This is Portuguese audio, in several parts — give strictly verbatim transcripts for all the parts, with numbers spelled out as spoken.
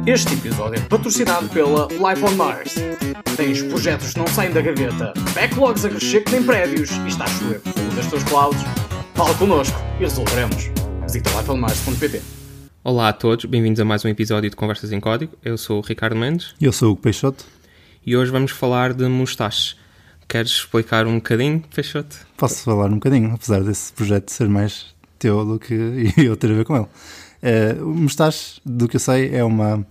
Este episódio é patrocinado pela Life on Mars. Tens projetos que não saem da gaveta, backlogs a crescer que nem prédios e está a chover fundo das tuas clouds? Fala connosco e resolveremos. Visita life on mars ponto p t. Olá a todos, bem-vindos a mais um episódio de Conversas em Código. Eu sou o Ricardo Mendes. Eu sou o Peixoto. E hoje vamos falar de mustaches. Queres explicar um bocadinho, Peixoto? Posso falar um bocadinho, apesar desse projeto ser mais teu do que eu ter a ver com ele. Uh, o mustache, do que eu sei, é uma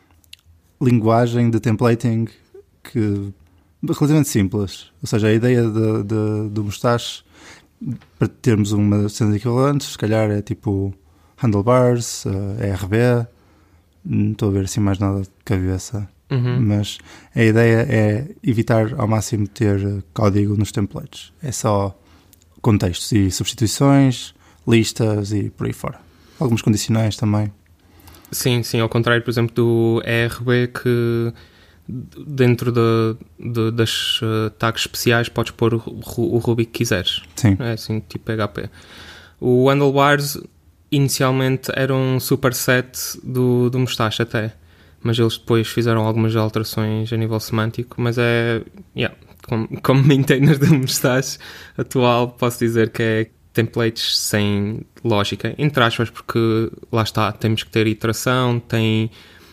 linguagem de templating que relativamente simples. Ou seja, a ideia de, de, do mustache, para termos uma cena de equivalentes, se calhar é tipo handlebars, uh, E R B, não estou a ver assim mais nada de cabeça. Uhum. Mas a ideia é evitar ao máximo ter código nos templates. É só contextos e substituições, listas e por aí fora. Alguns condicionais também. Sim, sim, ao contrário, por exemplo, do E R B, que dentro de, de, das uh, tags especiais podes pôr o, o Ruby que quiseres. Sim. É assim, tipo P H P. O handlebars inicialmente era um superset do, do mustache até, mas eles depois fizeram algumas alterações a nível semântico, mas é, yeah, como, como maintainer do mustache atual, posso dizer que é templates sem lógica, entre aspas, porque lá está, temos que ter iteração, tem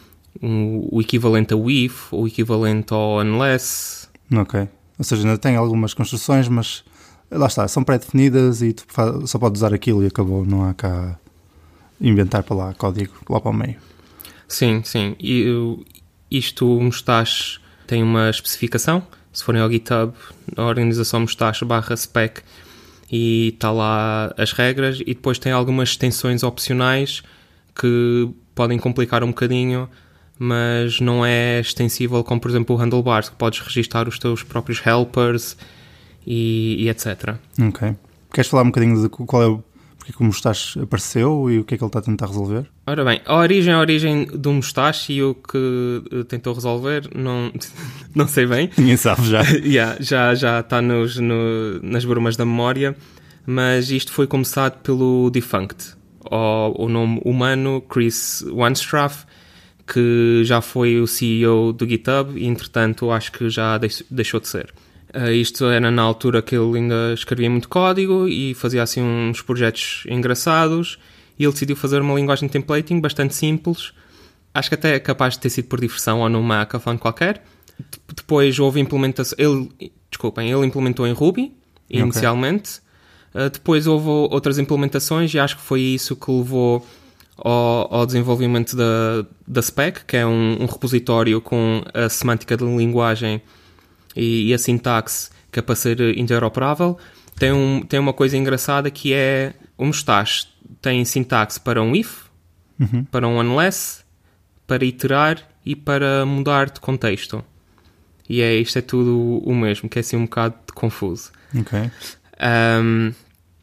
um, o equivalente ao if, o equivalente ao unless. Ok, ou seja, ainda tem algumas construções, mas lá está, são pré-definidas e tu só podes usar aquilo e acabou, não há cá inventar para lá código lá para o meio. Sim, sim, e isto, o mustache tem uma especificação, se forem ao GitHub, a organização mustache barra spec, e está lá as regras, e depois tem algumas extensões opcionais que podem complicar um bocadinho, mas não é extensível como, por exemplo, o handlebars, que podes registar os teus próprios helpers e, e etcétera. Ok. Queres falar um bocadinho de qual é o, porque que o mustache apareceu e o que é que ele está a tentar resolver? Ora bem, a origem a origem do mustache e o que tentou resolver, não, não sei bem. Ninguém sabe já. yeah, já já está nos, no, nas brumas da memória, mas isto foi começado pelo Defunct, o, o nome humano Chris Wanstraff, que já foi o C E O do GitHub e, entretanto, acho que já deixou de ser. Uh, isto era na altura que ele ainda escrevia muito código e fazia assim uns projetos engraçados, e ele decidiu fazer uma linguagem de templating bastante simples, acho que até é capaz de ter sido por diversão ou numa hackathon qualquer. De- depois houve implementação, ele, desculpem, ele implementou em Ruby inicialmente, okay. uh, depois houve outras implementações e acho que foi isso que levou ao, ao desenvolvimento da, da spec, que é um, um repositório com a semântica da linguagem e, e a sintaxe, que é para ser interoperável. Tem, um, tem uma coisa engraçada que é o mustache tem sintaxe para um if, uhum. para um unless, para iterar e para mudar de contexto. E é, isto é tudo o mesmo, que é assim um bocado confuso. Ok. Um,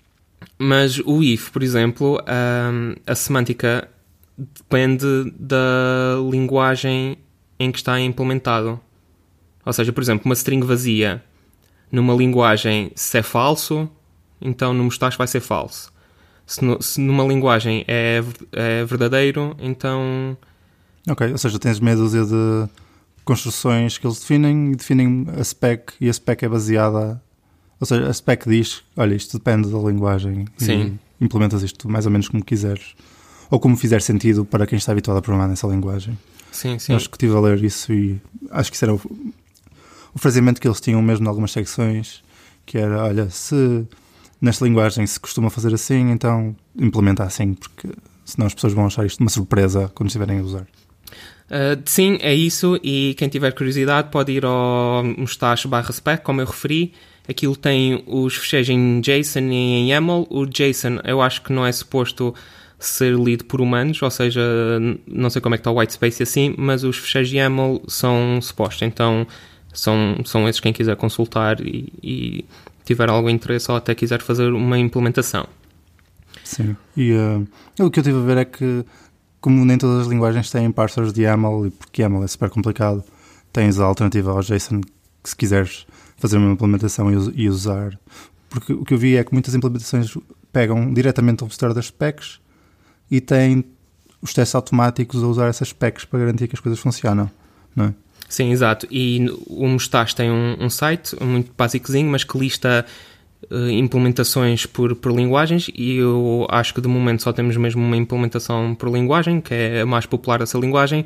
mas o if, por exemplo, um, a semântica depende da linguagem em que está implementado. Ou seja, por exemplo, uma string vazia numa linguagem, se é falso, então no mustache vai ser falso. Se, no, se numa linguagem é, é verdadeiro, então... Ok, ou seja, tens meia dúzia de construções que eles definem e definem a spec, e a spec é baseada... Ou seja, a spec diz, olha, isto depende da linguagem. Sim. E implementas isto mais ou menos como quiseres. Ou como fizer sentido para quem está habituado a programar nessa linguagem. Sim, sim. Eu acho que estive a ler isso e acho que isso era o, o fraseamento que eles tinham mesmo em algumas secções, que era, olha, se nesta linguagem se costuma fazer assim, então implementa assim, porque senão as pessoas vão achar isto uma surpresa quando estiverem a usar. Uh, sim, é isso, e quem tiver curiosidade pode ir ao mustache barra spec, como eu referi. Aquilo tem os ficheiros em JSON e em YAML. O JSON eu acho que não é suposto ser lido por humanos, ou seja, não sei como é que está o white space assim, mas os ficheiros YAML são supostos, então são, são esses quem quiser consultar e, e tiver algum interesse ou até quiser fazer uma implementação. Sim, e uh, o que eu estive a ver é que, como nem todas as linguagens têm parsers de YAML, e porque YAML é super complicado, tens a alternativa ao JSON, que se quiseres fazer uma implementação e, e usar, porque o que eu vi é que muitas implementações pegam diretamente o repositório das specs e têm os testes automáticos a usar essas specs para garantir que as coisas funcionam, não é? Sim, exato. E o Mustache tem um, um site muito basicozinho, mas que lista uh, implementações por, por linguagens, e eu acho que de momento só temos mesmo uma implementação por linguagem, que é a mais popular dessa linguagem,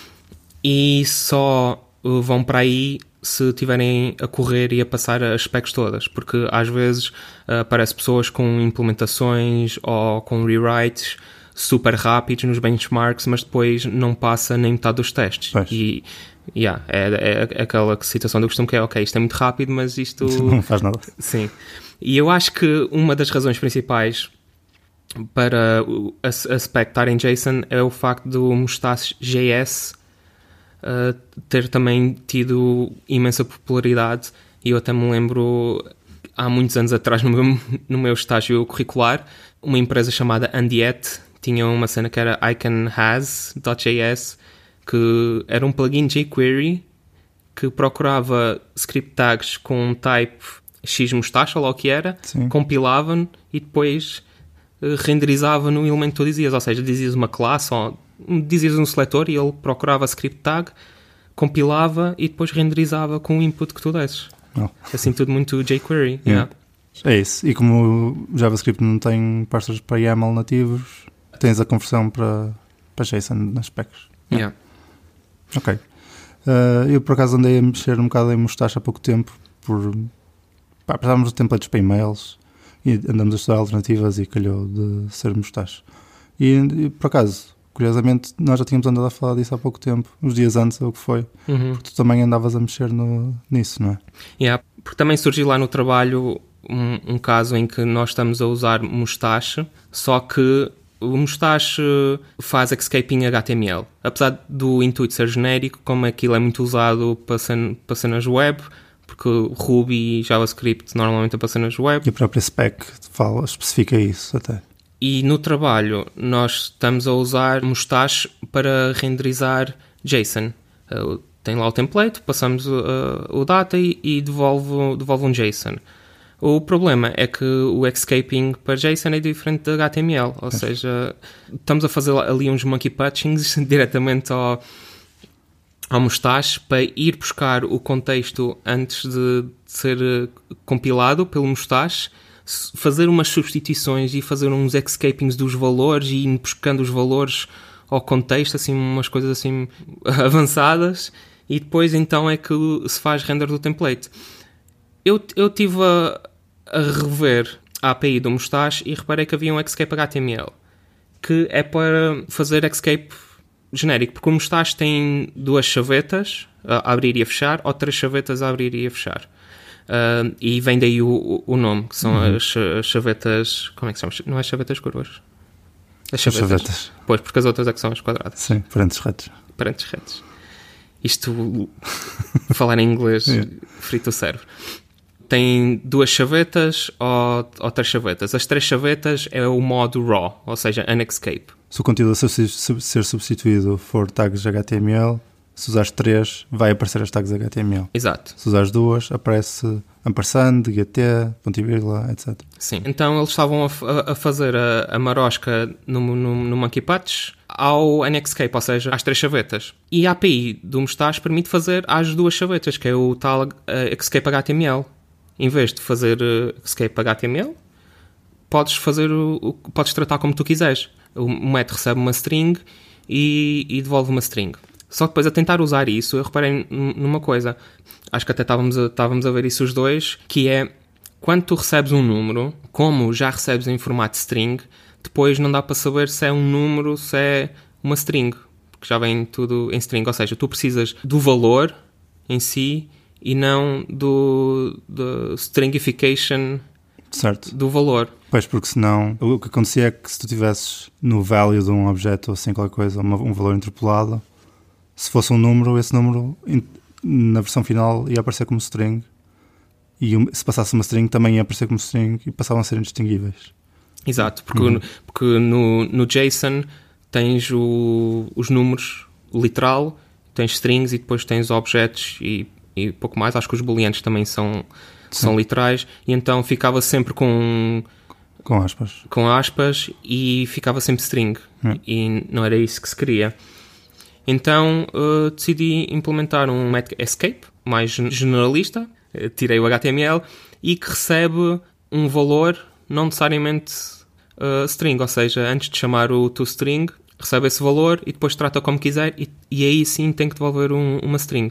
e só uh, vão para aí se estiverem a correr e a passar as specs todas, porque às vezes uh, aparecem pessoas com implementações ou com rewrites super rápidos nos benchmarks, mas depois não passa nem metade dos testes. Pois. E yeah, é, é aquela situação do costume que é, ok, isto é muito rápido, mas isto... Não faz nada. Sim. E eu acho que uma das razões principais para a, a spec estar em JSON é o facto do Mustache J S uh, ter também tido imensa popularidade, e eu até me lembro há muitos anos atrás no meu, no meu estágio curricular, uma empresa chamada Andiet tinha uma cena que era iconhas.js, que era um plugin jQuery que procurava script tags com um type xmustache, ou lá o que era, compilava e depois uh, renderizava no elemento que tu dizias, ou seja, dizias uma classe ou dizias um seletor e ele procurava a script tag, compilava e depois renderizava com o input que tu desses. Oh. Assim tudo muito jQuery. Yeah. Yeah. É isso. E como o JavaScript não tem parsers para YAML nativos, tens a conversão para, para JSON nas specs. Yeah. Ok. Uh, eu por acaso andei a mexer um bocado em Mustache há pouco tempo, por pá, precisávamos de templates para e-mails e andamos a estudar alternativas e calhou de ser Mustache. E, e por acaso, curiosamente, nós já tínhamos andado a falar disso há pouco tempo, uns dias antes ou o que foi, uhum. Porque tu também andavas a mexer no, nisso, não é? Yeah, porque também surgiu lá no trabalho um, um caso em que nós estamos a usar Mustache, só que o Mustache faz escaping H T M L. Apesar do intuito ser genérico, como aquilo é muito usado para, cen- para cenas web, porque Ruby e JavaScript normalmente é para cenas web. E a própria spec fala, especifica isso até. E no trabalho nós estamos a usar Mustache para renderizar JSON. Uh, tem lá o template, passamos uh, o data e, e devolve, devolve um JSON. O problema é que o escaping para JSON é diferente de H T M L, ou é. seja, estamos a fazer ali uns monkey patchings diretamente ao, ao Mustache para ir buscar o contexto antes de, de ser compilado pelo Mustache, fazer umas substituições e fazer uns escapings dos valores e ir buscando os valores ao contexto, assim, umas coisas assim avançadas, e depois então é que se faz render do template. Eu, eu tive a, a rever a API do Mustache e reparei que havia um escape H T M L que é para fazer escape genérico, porque o Mustache tem duas chavetas a abrir e a fechar, ou três chavetas a abrir e a fechar. Uh, e vem daí o, o nome, que são uhum. as, as chavetas... Como é que se chama? Não é chavetas curvas? As chavetas. As chavetas. Pois, porque as outras é que são as quadradas. Sim, parentes retos. Parentes retos. Isto, falar em inglês, yeah. frito o cérebro. Tem duas chavetas ou, ou três chavetas. As três chavetas é o modo raw, ou seja, unescape. Se o conteúdo a ser substituído for tags H T M L, se usares três, vai aparecer as tags H T M L. Exato. Se usares duas, aparece ampersand, G T, ponto e vírgula, etcétera. Sim. Então eles estavam a, a fazer a, a marosca no, no, no Monkey Patch ao unescape, ou seja, às três chavetas. E a API do Mustache permite fazer às duas chavetas, que é o tal uh, escape H T M L. Em vez de fazer uh, escape H T M L, podes fazer o, o, podes tratar como tu quiseres. O met recebe uma string e, e devolve uma string. Só que depois a tentar usar isso, eu reparei numa coisa. Acho que até estávamos a, estávamos a ver isso os dois, que é quando tu recebes um número, como já recebes em formato string, depois não dá para saber se é um número, se é uma string, porque já vem tudo em string. Ou seja, tu precisas do valor em si e não do, do stringification certo. Do valor. Pois, porque senão o que acontecia é que se tu tivesses no value de um objeto ou assim qualquer coisa, uma, um valor interpolado, se fosse um número, esse número na versão final ia aparecer como string, e se passasse uma string também ia aparecer como string e passavam a ser indistinguíveis. Exato, porque, uhum. porque no, no JSON tens o, os números literal, tens strings e depois tens objetos e, e pouco mais. Acho que os booleanos também são, são literais, e então ficava sempre com Com aspas. Com aspas e ficava sempre string. Hum. E não era isso que se queria. Então uh, decidi implementar um método escape, mais generalista, uh, tirei o H T M L e que recebe um valor não necessariamente uh, string, ou seja, antes de chamar o toString, recebe esse valor e depois trata como quiser e, e aí sim tem que devolver um, uma string.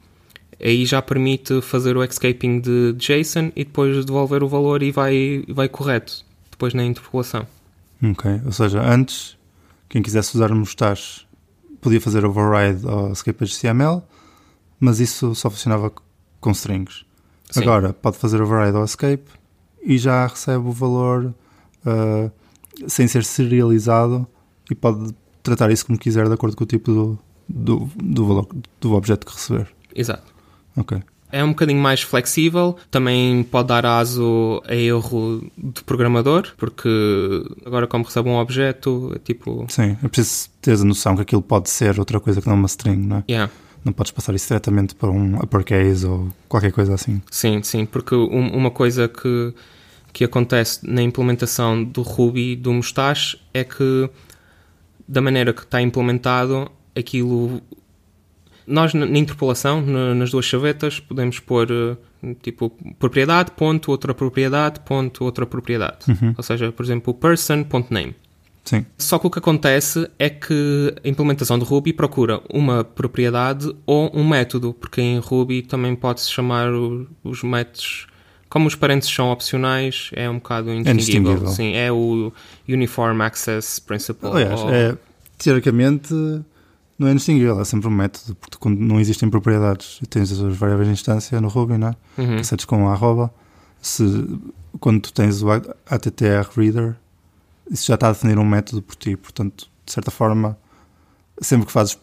Aí já permite fazer o escaping de JSON e depois devolver o valor e vai, vai correto, depois na interpolação. Ok, ou seja, antes, quem quisesse usar o mustache podia fazer override ao escape H T M L, mas isso só funcionava com strings. Sim. Agora, pode fazer override ao escape e já recebe o valor uh, sem ser serializado e pode tratar isso como quiser de acordo com o tipo do, do, do valor do objeto que receber. Exato. Ok. É um bocadinho mais flexível, também pode dar aso a erro de programador, porque agora como recebe um objeto, é tipo... Sim, é preciso ter a noção que aquilo pode ser outra coisa que não uma string, não é? Yeah. Não podes passar isso diretamente para um uppercase ou qualquer coisa assim. Sim, sim, porque um, uma coisa que, que acontece na implementação do Ruby, do Mustache, é que da maneira que está implementado, aquilo... Nós, na interpolação, na, nas duas chavetas, podemos pôr, tipo, propriedade, ponto, outra propriedade, ponto, outra propriedade. Uhum. Ou seja, por exemplo, person.name. Sim. Só que o que acontece é que a implementação de Ruby procura uma propriedade ou um método, porque em Ruby também pode-se chamar o, os métodos... Como os parênteses são opcionais, é um bocado indistinguível. É indistinguível. Sim, é o Uniform Access Principle. Aliás, ou... é, teoricamente... Não é indistinguível, é sempre um método, porque quando não existem propriedades e tens as variáveis de instância no Ruby, não é? Uhum. Que setes com um arroba, se, quando tu tens o attr_reader, isso já está a definir um método por ti, portanto, de certa forma, sempre que fazes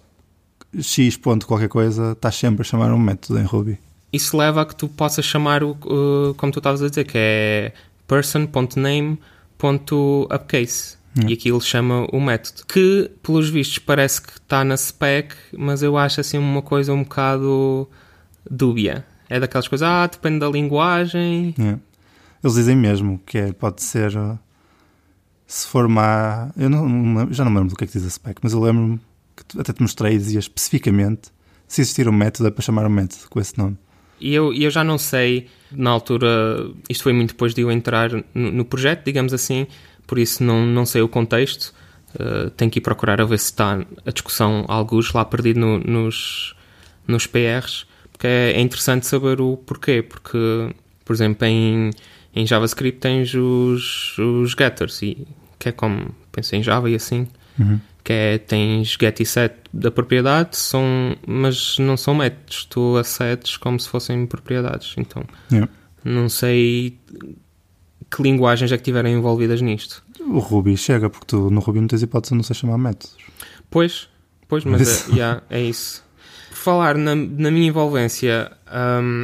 x ponto qualquer coisa, estás sempre a chamar um método em Ruby. Isso leva a que tu possas chamar, o, uh, como tu estavas a dizer, que é person.name.upcase. Hum. E aquilo chama o método. Que, pelos vistos, parece que está na spec, mas eu acho assim uma coisa um bocado dúbia. É daquelas coisas, ah, depende da linguagem. É. Eles dizem mesmo que é, pode ser... Se for uma... Eu não, já não me lembro do que é que diz a spec, mas eu lembro-me que até te mostrei e dizia especificamente se existir um método é para chamar um método com esse nome. E eu, eu já não sei, na altura, isto foi muito depois de eu entrar no, no projeto, digamos assim, por isso não, não sei o contexto, uh, tenho que ir procurar a ver se está a discussão alguns lá perdido no, nos, nos P Rs, porque é, é interessante saber o porquê, porque, por exemplo, em, em JavaScript tens os, os getters, e, que é como, penso em Java e assim, uhum. que é, tens get e set da propriedade, são, mas não são métodos, tu acedes como se fossem propriedades, então Yeah. não sei... Que linguagens é que estiverem envolvidas nisto? O Ruby chega, porque tu no Ruby não tens hipótese de não sei chamar métodos. Pois, pois mas é, yeah, é isso. Por falar na, na minha envolvência, um,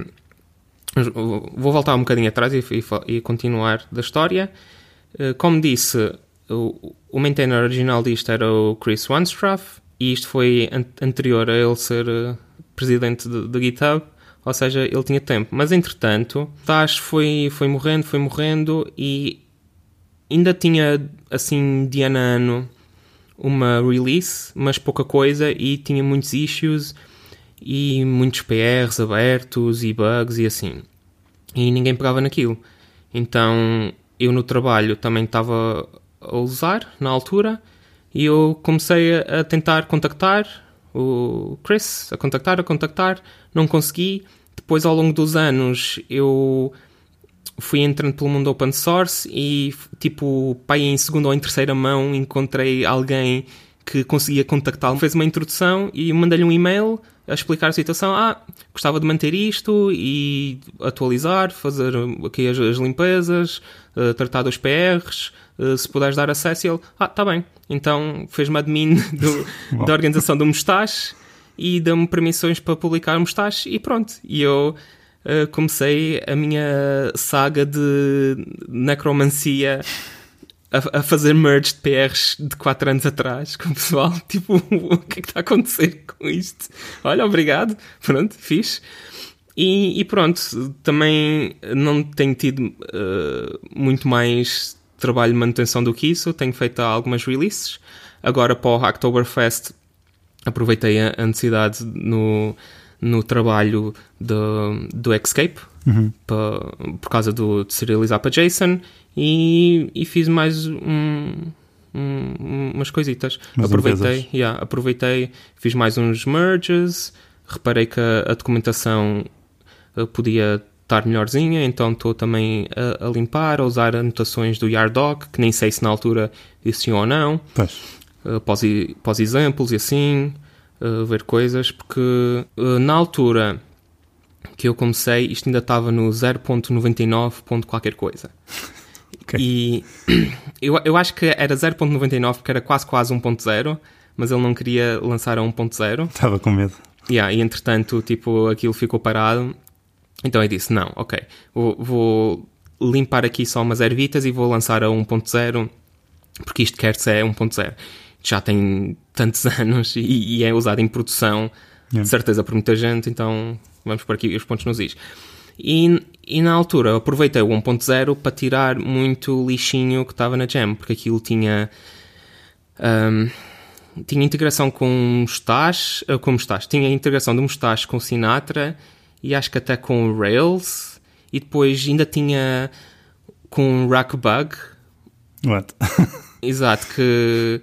vou voltar um bocadinho atrás e, e, e continuar da história. Uh, como disse, o, o maintainer original disto era o Chris Wanstraff, e isto foi an- anterior a ele ser uh, presidente do GitHub. Ou seja, ele tinha tempo. Mas, entretanto, o Dash foi, foi morrendo, foi morrendo e ainda tinha, assim, de ano a ano, uma release, mas pouca coisa, e tinha muitos issues e muitos P Rs abertos e bugs e assim. E ninguém pegava naquilo. Então, eu no trabalho também estava a usar, na altura, e eu comecei a, a tentar contactar o Chris, a contactar, a contactar, não consegui. Depois, ao longo dos anos, eu fui entrando pelo mundo open source e, tipo, pai, em segunda ou em terceira mão, encontrei alguém que conseguia contactá-lo. Fez uma introdução e mandei-lhe um e-mail a explicar a situação. Ah, gostava de manter isto e atualizar, fazer aqui as, as limpezas, uh, tratar dos P Rs, uh, se puderes dar acesso. E ele, ah, tá bem. Então, fez-me admin do, da organização do Mustache e deu-me permissões para publicar o Mustache e pronto. E eu uh, comecei a minha saga de necromancia a, a fazer merge de P Rs de quatro anos atrás com o pessoal. Tipo, o que é que está a acontecer com isto? Olha, obrigado. Pronto, fixe. E, e pronto, também não tenho tido uh, muito mais trabalho de manutenção do que isso, tenho feito algumas releases. Agora para o Hacktoberfest aproveitei a, a necessidade no, no trabalho do, do Xscape, uhum. para, por causa do, de serializar para JSON, e, e fiz mais um, um, umas coisitas. Mas aproveitei, yeah, aproveitei, fiz mais uns merges, reparei que a, a documentação podia estar melhorzinha, então estou também a, a limpar, a usar anotações do YARDoc, que nem sei se na altura disse sim ou não, uh, pós, pós exemplos e assim, uh, ver coisas, porque uh, na altura que eu comecei, isto ainda estava no zero ponto noventa e nove ponto qualquer coisa. Okay. E eu, eu acho que era zero ponto noventa e nove porque era quase quase um ponto zero, mas ele não queria lançar a um ponto zero. Estava com medo. Yeah, e entretanto, tipo, aquilo ficou parado. Então eu disse, não, ok, vou, vou limpar aqui só umas ervitas e vou lançar a um ponto zero, porque isto quer ser um ponto zero. Já tem tantos anos e, e é usado em produção, yeah. de certeza por muita gente, então vamos por aqui os pontos nos is. E, e na altura eu aproveitei o um ponto zero para tirar muito lixinho que estava na Gem, porque aquilo tinha... Um, tinha integração com Mustache, com Mustache, tinha integração de Mustache com Sinatra... e acho que até com Rails, e depois ainda tinha com Rackbug. What? Exato, que,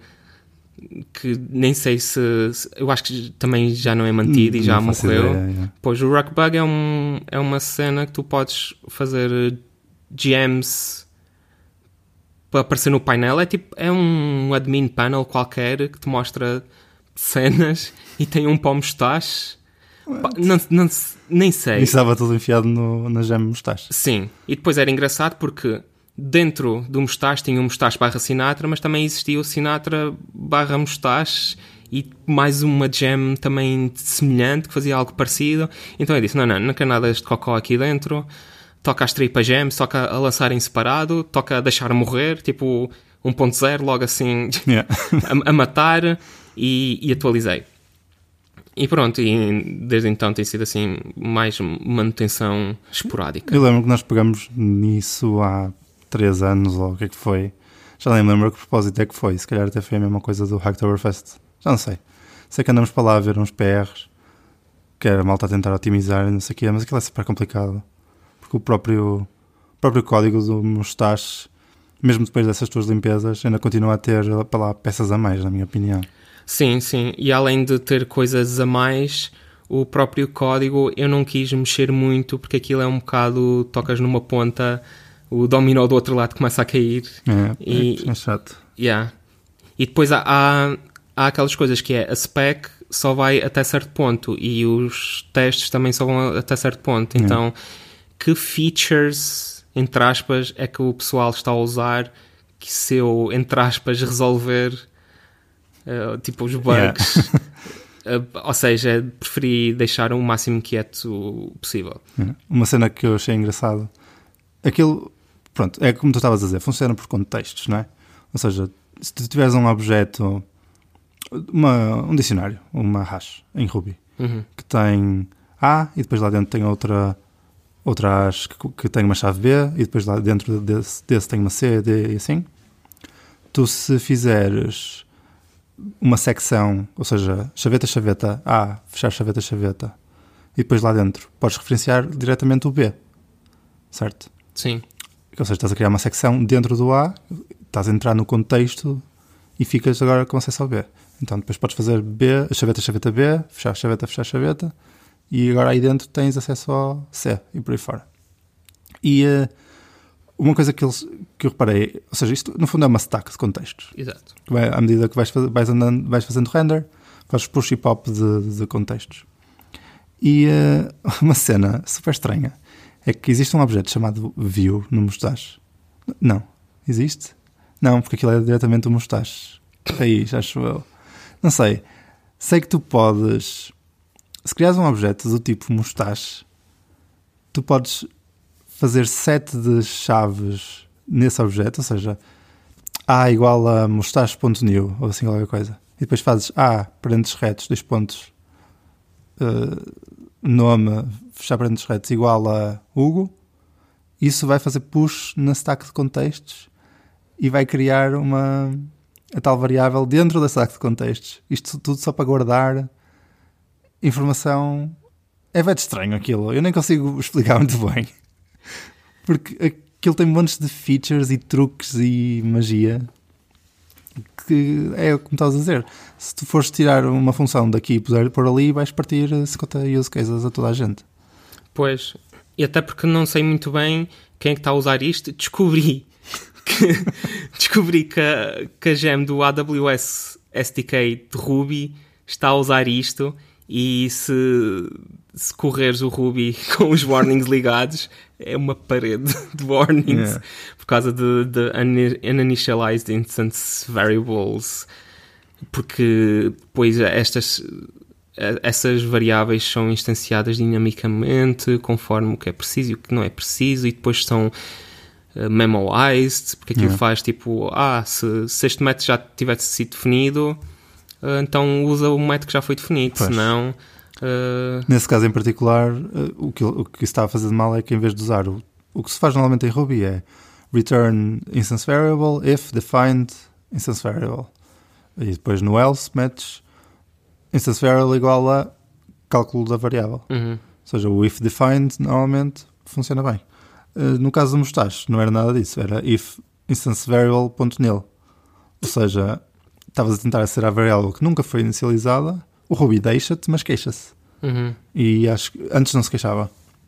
que nem sei se, se... Eu acho que também já não é mantido e já morreu. Ideia, yeah. Pois o Rackbug é, um, é uma cena que tu podes fazer gems para aparecer no painel. É tipo, é um admin panel qualquer que te mostra cenas e tem um pó Mustache. Não, não, nem sei. E estava tudo enfiado no, na Gem Mustache. Sim, e depois era engraçado porque dentro do Mustache tinha o Mustache barra Sinatra, mas também existia o Sinatra barra Mustache e mais uma Gem também semelhante que fazia algo parecido. Então eu disse, não, não, não quero nada deste cocó aqui dentro, toca a extrair para Gems, toca a lançar em separado, toca a deixar morrer, tipo um ponto zero, logo assim yeah. a, a matar, e, e atualizei. E pronto, e desde então tem sido assim mais manutenção esporádica. Eu lembro que nós pegamos nisso há três anos, ou o que é que foi. Já nem lembro que propósito é que foi. Se calhar até foi a mesma coisa do Hacktoberfest. Já não sei. Sei que andamos para lá a ver uns P Rs, que era malta a tentar otimizar, não sei o quê, mas aquilo é super complicado. Porque o próprio, o próprio código do Mustache, mesmo depois dessas tuas limpezas, ainda continua a ter para lá peças a mais, na minha opinião. Sim, sim. E além de ter coisas a mais, o próprio código eu não quis mexer muito, porque aquilo é um bocado, tocas numa ponta, o dominó do outro lado começa a cair. É, e, é chato. Yeah. E depois há, há, há aquelas coisas que é, a spec só vai até certo ponto e os testes também só vão até certo ponto. Então, é. que features, entre aspas, é que o pessoal está a usar que se eu, entre aspas, resolver... Uh, tipo os bugs, yeah. uh, ou seja, preferi deixar o máximo quieto possível. Yeah. Uma cena que eu achei engraçado, aquilo, pronto, é como tu estavas a dizer, funciona por contextos, não é? Ou seja, se tu tiveres um objeto, uma, um dicionário, uma hash em Ruby, uhum. que tem A e depois lá dentro tem outra, outra hash que, que tem uma chave B e depois lá dentro desse, desse tem uma C, D e assim, tu se fizeres uma secção, ou seja, chaveta, chaveta A, fechar chaveta, chaveta, e depois lá dentro podes referenciar diretamente o B, certo? Sim. Ou seja, estás a criar uma secção dentro do A, estás a entrar no contexto e ficas agora com acesso ao B. Então depois podes fazer B, chaveta, chaveta B, fechar chaveta, fechar chaveta, e agora aí dentro tens acesso ao C e por aí fora. E uh, uma coisa que, eles, que eu reparei, ou seja, isto no fundo é uma stack de contextos. Exato. Vai, à medida que vais, vais, andando, vais fazendo render, fazes push e pop de, de contextos. E uh, uma cena super estranha é que existe um objeto chamado view no Mustache. Não. Existe? Não, porque aquilo é diretamente o Mustache. Aí, já acho eu. Não sei. Sei que tu podes... Se criares um objeto do tipo Mustache, tu podes... fazer sete de chaves nesse objeto, ou seja, A igual a mustache.new, ou assim qualquer coisa. E depois fazes A, parênteses retos, dois pontos, uh, nome, fechar parênteses retos, igual a Hugo. Isso vai fazer push na stack de contextos e vai criar uma a tal variável dentro da stack de contextos. Isto tudo só para guardar informação. É bem estranho aquilo. Eu nem consigo explicar muito bem. Porque aquilo tem montes de features e truques e magia que é como estás a dizer. Se tu fores tirar uma função daqui e puser por ali, vais partir cinquenta use cases a toda a gente. Pois, e até porque não sei muito bem quem é que está a usar isto, descobri que, descobri que, a, que a gem do A W S S D K de Ruby está a usar isto, e se, se correres o Ruby com os warnings ligados, é uma parede de warnings, yeah. Por causa de, de uninitialized instance variables, porque depois estas essas variáveis são instanciadas dinamicamente conforme o que é preciso e o que não é preciso, e depois são uh, memoized, porque aquilo yeah. faz tipo, ah, se, se este método já tivesse sido definido, uh, então usa o método que já foi definido, pois. Senão... Uh... Nesse caso em particular, uh, o, que, o que está a fazer de mal é que em vez de usar o, o que se faz normalmente em Ruby é return instance variable if defined instance variable, e depois no else metes instance variable igual a cálculo da variável. Uhum. Ou seja, o if defined normalmente funciona bem. Uh, no caso do mustache, não era nada disso. Era if instance variable.nil. Ou seja, estavas a tentar aceder à variável que nunca foi inicializada. O Ruby deixa-te, mas queixa-se. Uhum. E acho que antes não se queixava.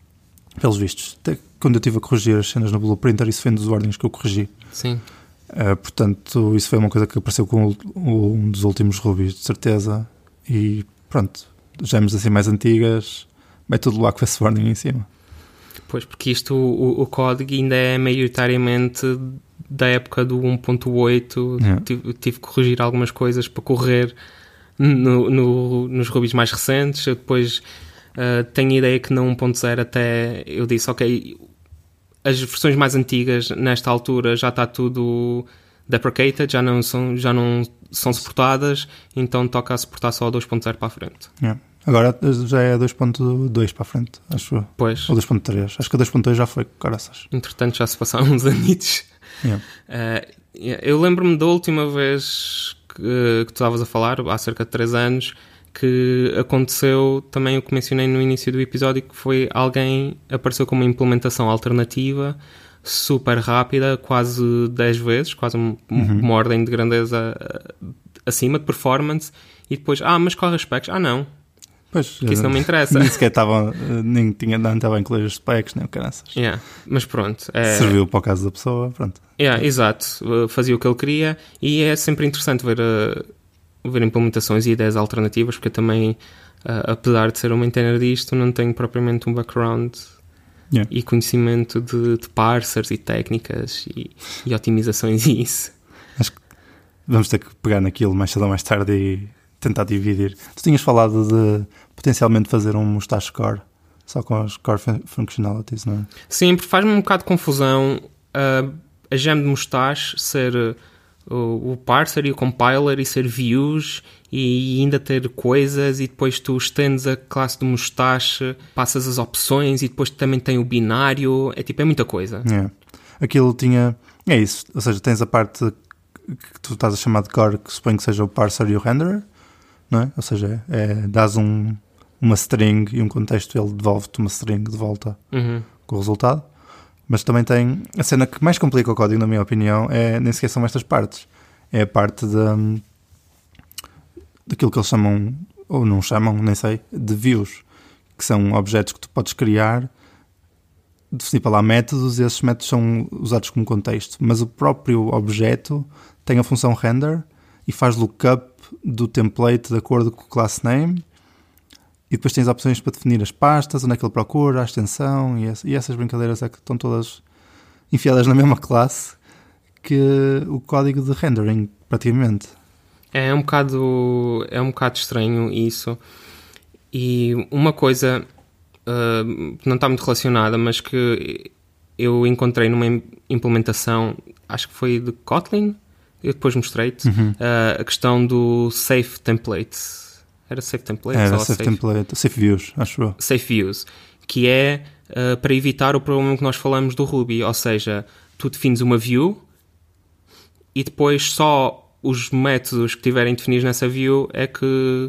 Pelos vistos. Até quando eu estive a corrigir as cenas no Blueprinter, isso foi um dos ordens que eu corrigi. Sim. Uh, portanto, isso foi uma coisa que apareceu com o, um dos últimos Rubys, de certeza. E pronto, gems assim mais antigas, vai tudo lá com esse warning em cima. Pois, porque isto, o, o código ainda é maioritariamente da época do um ponto oito, yeah. tive, tive que corrigir algumas coisas para correr no, no, nos Rubys mais recentes. Eu depois uh, tenho a ideia que no um ponto zero até eu disse, ok, as versões mais antigas nesta altura já está tudo deprecated, já não são, já não são suportadas, então toca a suportar só dois ponto zero para a frente. Yeah. Agora já é dois ponto dois para a frente, acho eu. Pois. Ou dois ponto três. Acho que o dois ponto dois já foi, caraças. Entretanto já se passaram uns anitos. Yeah. Uh, eu lembro-me da última vez que, que tu estavas a falar, há cerca de três anos, que aconteceu também o que mencionei no início do episódio, que foi alguém apareceu com uma implementação alternativa super rápida, quase dez vezes, quase um, uhum. uma ordem de grandeza acima de performance, e depois, ah, mas corre as specs? Ah, não. Pois, porque isso não me interessa. Nem sequer estava, nem tinha não estava a incluir as specs, nem o caraças. Yeah. Mas pronto. É... Serviu para o caso da pessoa, pronto. Yeah, exato. Fazia o que ele queria, e é sempre interessante ver, uh, ver implementações e ideias alternativas, porque eu também, uh, apesar de ser um maintainer disto, não tenho propriamente um background... Yeah. E conhecimento de, de parsers e técnicas e, e otimizações e isso. Acho que vamos ter que pegar naquilo mais cedo ou mais tarde e tentar dividir. Tu tinhas falado de potencialmente fazer um mustache core, só com as core functionalities, não é? Sim, porque faz-me um bocado de confusão uh, a gem de mustache ser uh, o, o parser e o compiler e ser views e ainda ter coisas, e depois tu estendes a classe do mustache, passas as opções e depois também tem o binário, é tipo, é muita coisa. Yeah. Aquilo tinha, é isso, ou seja, tens a parte que tu estás a chamar de core, que suponho que seja o parser e o renderer, não é? Ou seja, é, dás um, uma string e um contexto, ele devolve-te uma string de volta uhum. com o resultado, mas também tem, a cena que mais complica o código, na minha opinião, é, nem sequer são estas partes, é a parte de... daquilo que eles chamam, ou não chamam, nem sei, de views, que são objetos que tu podes criar, definir para lá métodos, e esses métodos são usados como contexto, mas o próprio objeto tem a função render e faz lookup do template de acordo com o class name, e depois tens opções para definir as pastas, onde é que ele procura, a extensão, e, essa, e essas brincadeiras é que estão todas enfiadas na mesma classe que o código de rendering, praticamente. É um bocado, é um bocado estranho isso. E uma coisa uh, que não está muito relacionada, mas que eu encontrei numa implementação, acho que foi de Kotlin, eu depois mostrei-te, uhum. uh, a questão do Safe Templates. Era Safe Templates? Era ou Safe, safe? Template, Safe Views, acho eu. Safe Views, que é uh, para evitar o problema que nós falamos do Ruby, ou seja, tu defines uma view e depois só os métodos que tiverem definidos nessa view é que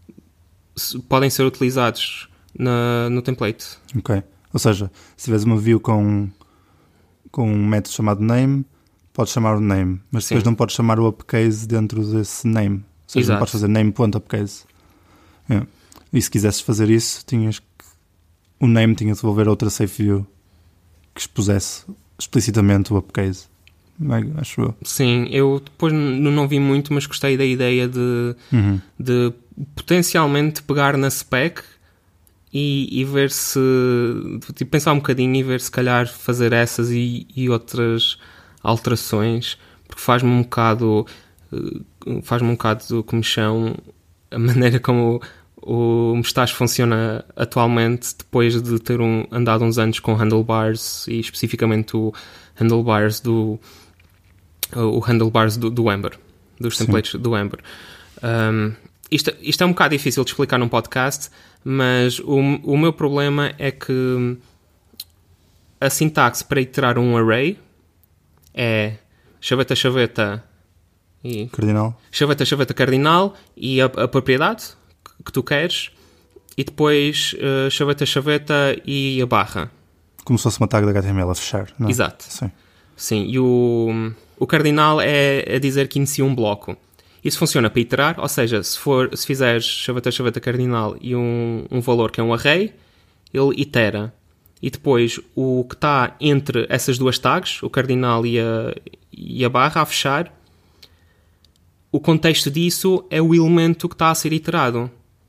podem ser utilizados na, no template. Ok. Ou seja, se tiveres uma view com, com um método chamado name, podes chamar o name, mas depois Sim. não podes chamar o uppercase dentro desse name. Ou seja, Exato. Não podes fazer name.uppercase. É. E se quisesses fazer isso, tinhas que, o name tinha de devolver outra safe view que expusesse explicitamente o uppercase. Acho eu. Sim, eu depois não vi muito, mas gostei da ideia de, uhum. de potencialmente pegar na spec e, e ver se... Tipo, pensar um bocadinho e ver se calhar fazer essas e, e outras alterações, porque faz-me um bocado faz-me um bocado de comichão a maneira como o, o Mustache funciona atualmente, depois de ter um, andado uns anos com handlebars e especificamente o handlebars do o handlebars do, do Ember, dos templates Sim. do Ember. Um, isto, isto é um bocado difícil de explicar num podcast, mas o, o meu problema é que a sintaxe para iterar um array é chaveta, chaveta e cardinal. Chaveta, chaveta, cardinal e a, a propriedade que tu queres, e depois uh, chaveta, chaveta e a barra. Como se fosse uma tag da H T M L a fechar, não é? Exato. Sim. Sim, e o, o cardinal é a dizer que inicia um bloco. Isso funciona para iterar, ou seja, se, for, se fizeres chaveta, chaveta, cardinal e um, um valor que é um array, ele itera. E depois o que está entre essas duas tags, o cardinal e a, e a barra, a fechar, o contexto disso é o elemento que está a ser iterado.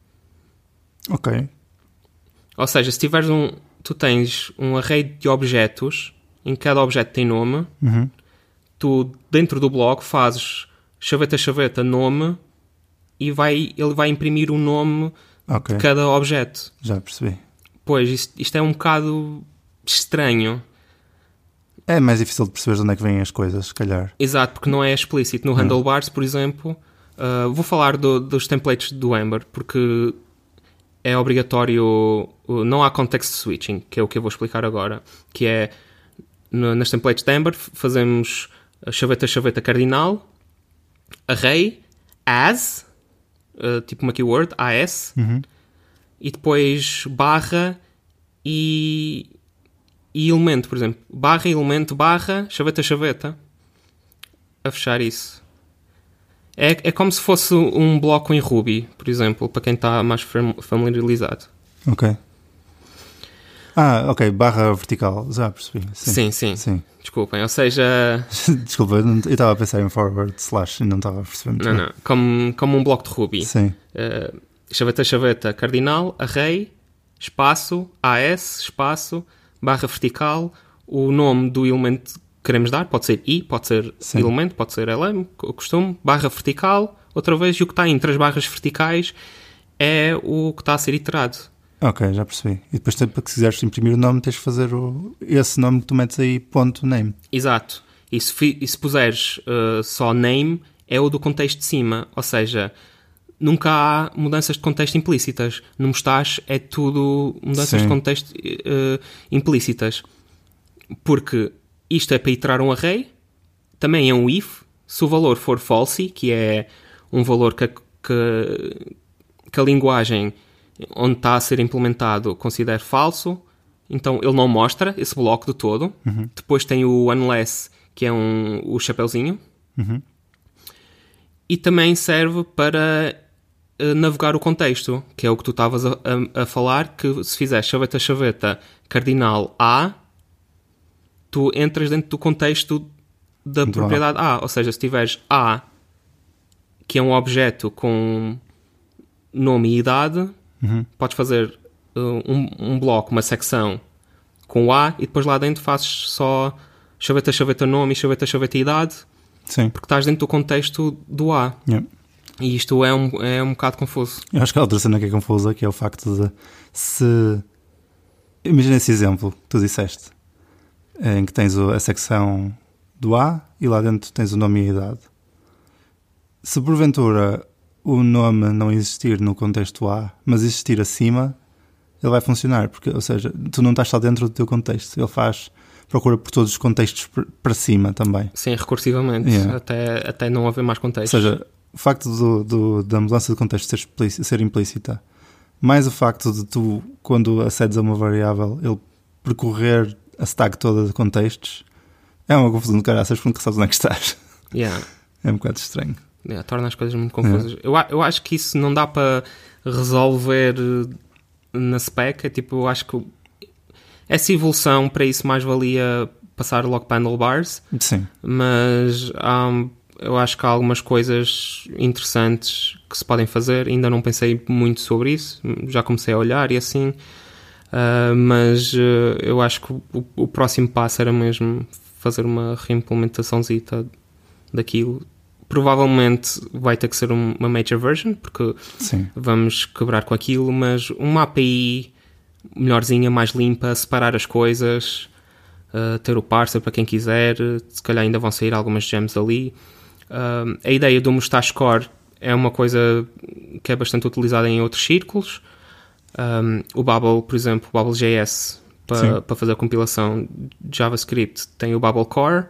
Ok. Ou seja, se tiveres um... Tu tens um array de objetos, em que cada objeto tem nome, uhum. tu, dentro do bloco, fazes chaveta, chaveta, nome, e vai, ele vai imprimir o nome okay. de cada objeto. Já percebi. Pois, isto, isto é um bocado estranho. É mais difícil de perceber de onde é que vêm as coisas, se calhar. Exato, porque não é explícito. No hum. handlebars, por exemplo, uh, vou falar do, dos templates do Ember, porque é obrigatório, não há context switching, que é o que eu vou explicar agora, que é, no, nas templates de Ember, fazemos chaveta, chaveta, cardinal, array, as, uh, tipo uma keyword, as, uhum. e depois barra e, e elemento, por exemplo. Barra, elemento, barra, chaveta, chaveta. A fechar isso. É, é como se fosse um bloco em Ruby, por exemplo, para quem está mais familiarizado. Ok. Ah, ok. Barra vertical. Já percebi. Sim, sim. sim. sim. Desculpem, ou seja... Desculpa, eu estava a pensar em forward slash e não estava a perceber muito Não, bem. não. Como, como um bloco de Ruby. Sim. Uh, chaveta, chaveta, cardinal, array, espaço, as, espaço, barra vertical, o nome do elemento que queremos dar, pode ser i, pode ser Sim. elemento, pode ser lm, costume, barra vertical, outra vez, e o que está entre as barras verticais é o que está a ser iterado. Ok, já percebi. E depois, para que quiseres imprimir o nome, tens de fazer o, esse nome que tu metes aí, ponto name. Exato. E se, fi, e se puseres uh, só name, é o do contexto de cima, ou seja... Nunca há mudanças de contexto implícitas. No Mustache é tudo mudanças Sim. de contexto uh, implícitas. Porque isto é para iterar um array, também é um if, se o valor for false, que é um valor que a, que, que a linguagem onde está a ser implementado considera falso, então ele não mostra esse bloco de todo. Uhum. Depois tem o unless, que é um, o chapeuzinho. Uhum. E também serve para uh, navegar o contexto, que é o que tu estavas a, a, a falar, que se fizeres chaveta, chaveta, cardinal A, tu entras dentro do contexto da Muito propriedade A. Ou seja, se tiveres A, que é um objeto com nome e idade, uhum. podes fazer uh, um, um bloco, uma secção com A, e depois lá dentro fazes só chaveta, chaveta, nome e chaveta, chaveta, idade. Sim. Porque estás dentro do contexto do A. Yeah. E isto é um, é um bocado confuso. Eu acho que a outra cena que é confusa, que é o facto de se... Imagina esse exemplo que tu disseste, em que tens a secção do A e lá dentro tens o nome e a idade. Se porventura o nome não existir no contexto A, mas existir acima, ele vai funcionar. Porque, ou seja, tu não estás só dentro do teu contexto. Ele faz procura por todos os contextos para cima também. Sim, recursivamente, yeah. até, aaté não haver mais contextos. Ou seja, o facto do, do, da mudança de contexto ser, explícita, ser implícita, mais o facto de tu, quando acedes a uma variável, ele percorrer a stack toda de contextos, é uma confusão de caraças porque nunca sabes onde é que estás. Yeah. É um bocado estranho. Yeah, torna as coisas muito confusas. Yeah. Eu, eu acho que isso não dá para resolver na spec. É tipo, eu acho que essa evolução, para isso mais valia passar lock handlebars. Sim. Mas um, eu acho que há algumas coisas interessantes que se podem fazer. Ainda não pensei muito sobre isso. Já comecei a olhar e assim. Uh, mas uh, eu acho que o, o próximo passo era mesmo fazer uma reimplementaçãozita daquilo. Provavelmente vai ter que ser um, uma major version, porque Sim. vamos quebrar com aquilo, mas uma A P I melhorzinha, mais limpa, separar as coisas, uh, ter o parser para quem quiser, se calhar ainda vão sair algumas gems ali. Uh, a ideia do Mustache Core é uma coisa que é bastante utilizada em outros círculos. Um, o Babel, por exemplo, o Babel.js, para pa fazer a compilação de JavaScript, tem o Babel Core.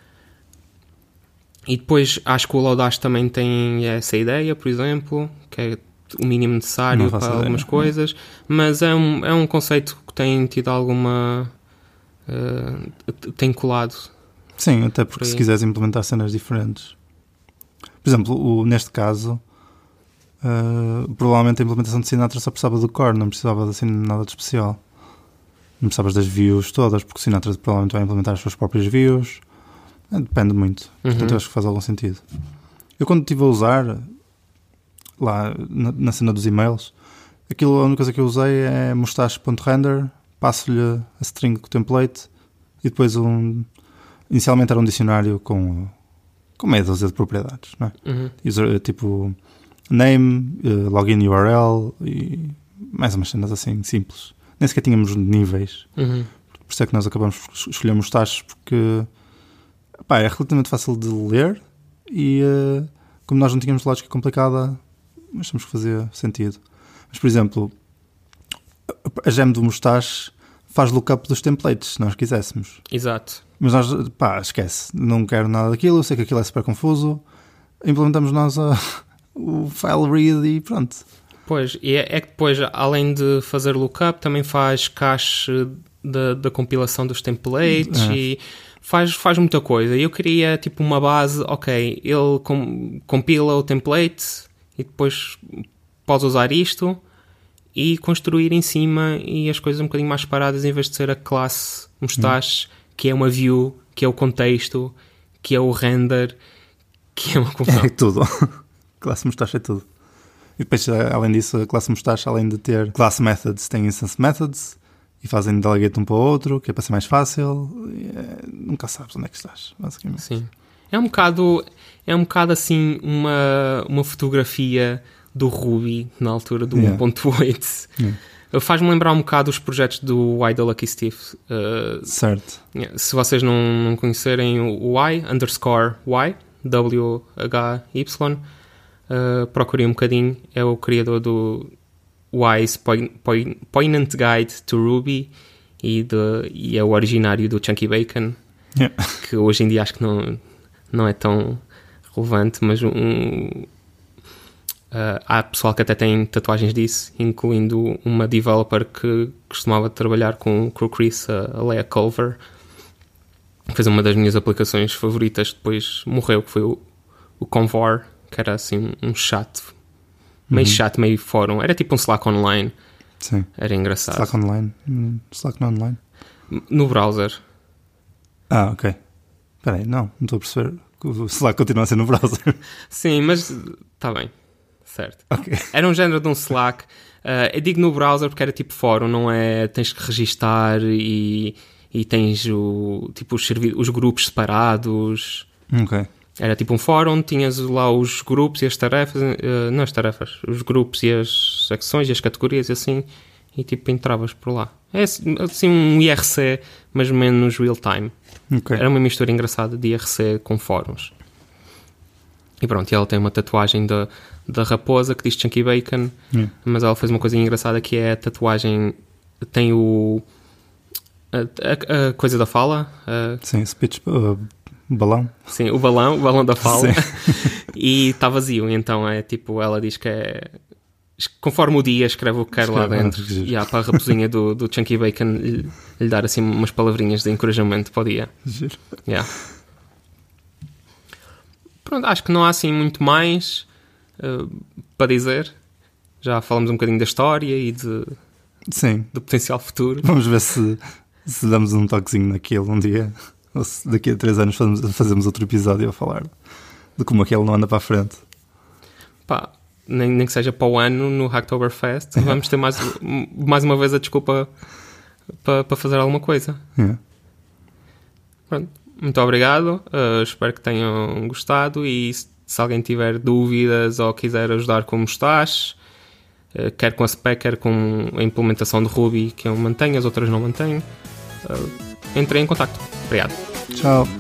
E depois acho que o Lodash também tem essa ideia, por exemplo, que é o mínimo necessário para algumas ideia. coisas, mas é um, é um conceito que tem tido alguma... Uh, tem colado. Sim, até porque por se quiseres implementar cenas diferentes. Por exemplo, o, neste caso, uh, provavelmente a implementação de Sinatra só precisava do core, não precisava de assim, nada de especial. Não precisavas das views todas, porque o Sinatra provavelmente vai implementar as suas próprias views. Depende muito, uhum. portanto eu acho que faz algum sentido. Eu quando estive a usar lá na, na cena dos e-mails, aquilo, a única coisa que eu usei é mustache.render, passo-lhe a string com o template e depois um, inicialmente era um dicionário com, com meia dúzia de propriedades, não é? Uhum. User, tipo name, uh, login U R L e mais umas cenas assim simples. Nem sequer tínhamos níveis, uhum. por isso é que nós acabamos por escolher mustaches, porque pá, é relativamente fácil de ler e uh, como nós não tínhamos lógica complicada, achamos que fazia sentido. Mas, por exemplo, a gem do Mustache faz lookup dos templates, se nós quiséssemos. Exato. Mas nós, pá, esquece, não quero nada daquilo, eu sei que aquilo é super confuso, implementamos nós a, o file read e pronto. Pois, e é, é que depois, além de fazer lookup, também faz cache da, da compilação dos templates é. e Faz, faz muita coisa. Eu queria tipo uma base, ok, ele com, compila o template e depois podes usar isto e construir em cima e as coisas um bocadinho mais separadas em vez de ser a classe Mustache, hum. que é uma view, que é o contexto, que é o render, que é uma confusão. É tudo. Classe Mustache é tudo. E depois, além disso, a classe Mustache, além de ter class methods, tem instance methods. E fazem delegate um para o outro, que é para ser mais fácil. É, nunca sabes onde é que estás, basicamente. Sim. É um bocado, é um bocado assim uma, uma fotografia do Ruby na altura do yeah. um ponto oito. Yeah. Faz-me lembrar um bocado os projetos do Y da Lucky Steve. Uh, certo. Yeah, se vocês não, não conhecerem o Y, underscore Y, W H Y, uh, procurem um bocadinho. É o criador do Y's Poignant Guide to Ruby e, de, e é o originário do Chunky Bacon, yeah. que hoje em dia acho que não, não é tão relevante, mas um, uh, há pessoal que até tem tatuagens disso, incluindo uma developer que costumava trabalhar com o Chris, a Leah Culver, que fez uma das minhas aplicações favoritas, depois morreu, que foi o, o Convor, que era assim um chat meio uhum. chat, meio fórum. Era tipo um Slack online. Sim. Era engraçado. Slack online? Slack não online? No browser. Ah, ok. Espera aí, não, não estou a perceber. O Slack continua a ser no browser. Sim, mas está bem. Certo. Okay. Era um género de um Slack. Uh, eu digo no browser porque era tipo fórum, não é? Tens que registar e, e tens o, tipo, os, servi- os grupos separados. Ok. Era tipo um fórum, tinhas lá os grupos e as tarefas, uh, não as tarefas, os grupos e as secções e as categorias e assim, e tipo entravas por lá. É assim um I R C, mas menos real time. Okay. Era uma mistura engraçada de I R C com fóruns. E pronto, e ela tem uma tatuagem da, da raposa que diz Chunky Bacon, yeah. mas ela fez uma coisa engraçada que é a tatuagem, tem o, A, a, a coisa da fala. A... Sim, speech, uh, balão. Sim, o balão, o balão da fala. Sim. E está vazio, então é tipo, ela diz que é... Conforme o dia escreve o que quer lá dentro. E há para a raposinha do, do Chunky Bacon lhe, lhe dar assim umas palavrinhas de encorajamento para o dia. Giro. Yeah. Pronto, acho que não há assim muito mais uh, para dizer. Já falamos um bocadinho da história e de, Sim. do potencial futuro. Vamos ver se, se damos um toquezinho naquilo um dia. Ou se daqui a três anos fazemos, fazemos outro episódio a falar de como aquele não anda para a frente. Pá, nem, nem que seja para o ano no Hacktoberfest, vamos ter mais, mais uma vez a desculpa para, para fazer alguma coisa. Yeah. Pronto, muito obrigado. Uh, espero que tenham gostado. E se, se alguém tiver dúvidas ou quiser ajudar como estás, uh, quer com a spec, quer com a implementação de Ruby, que eu mantenho, as outras não mantenho, uh, entrem em contacto. Obrigado. Tchau.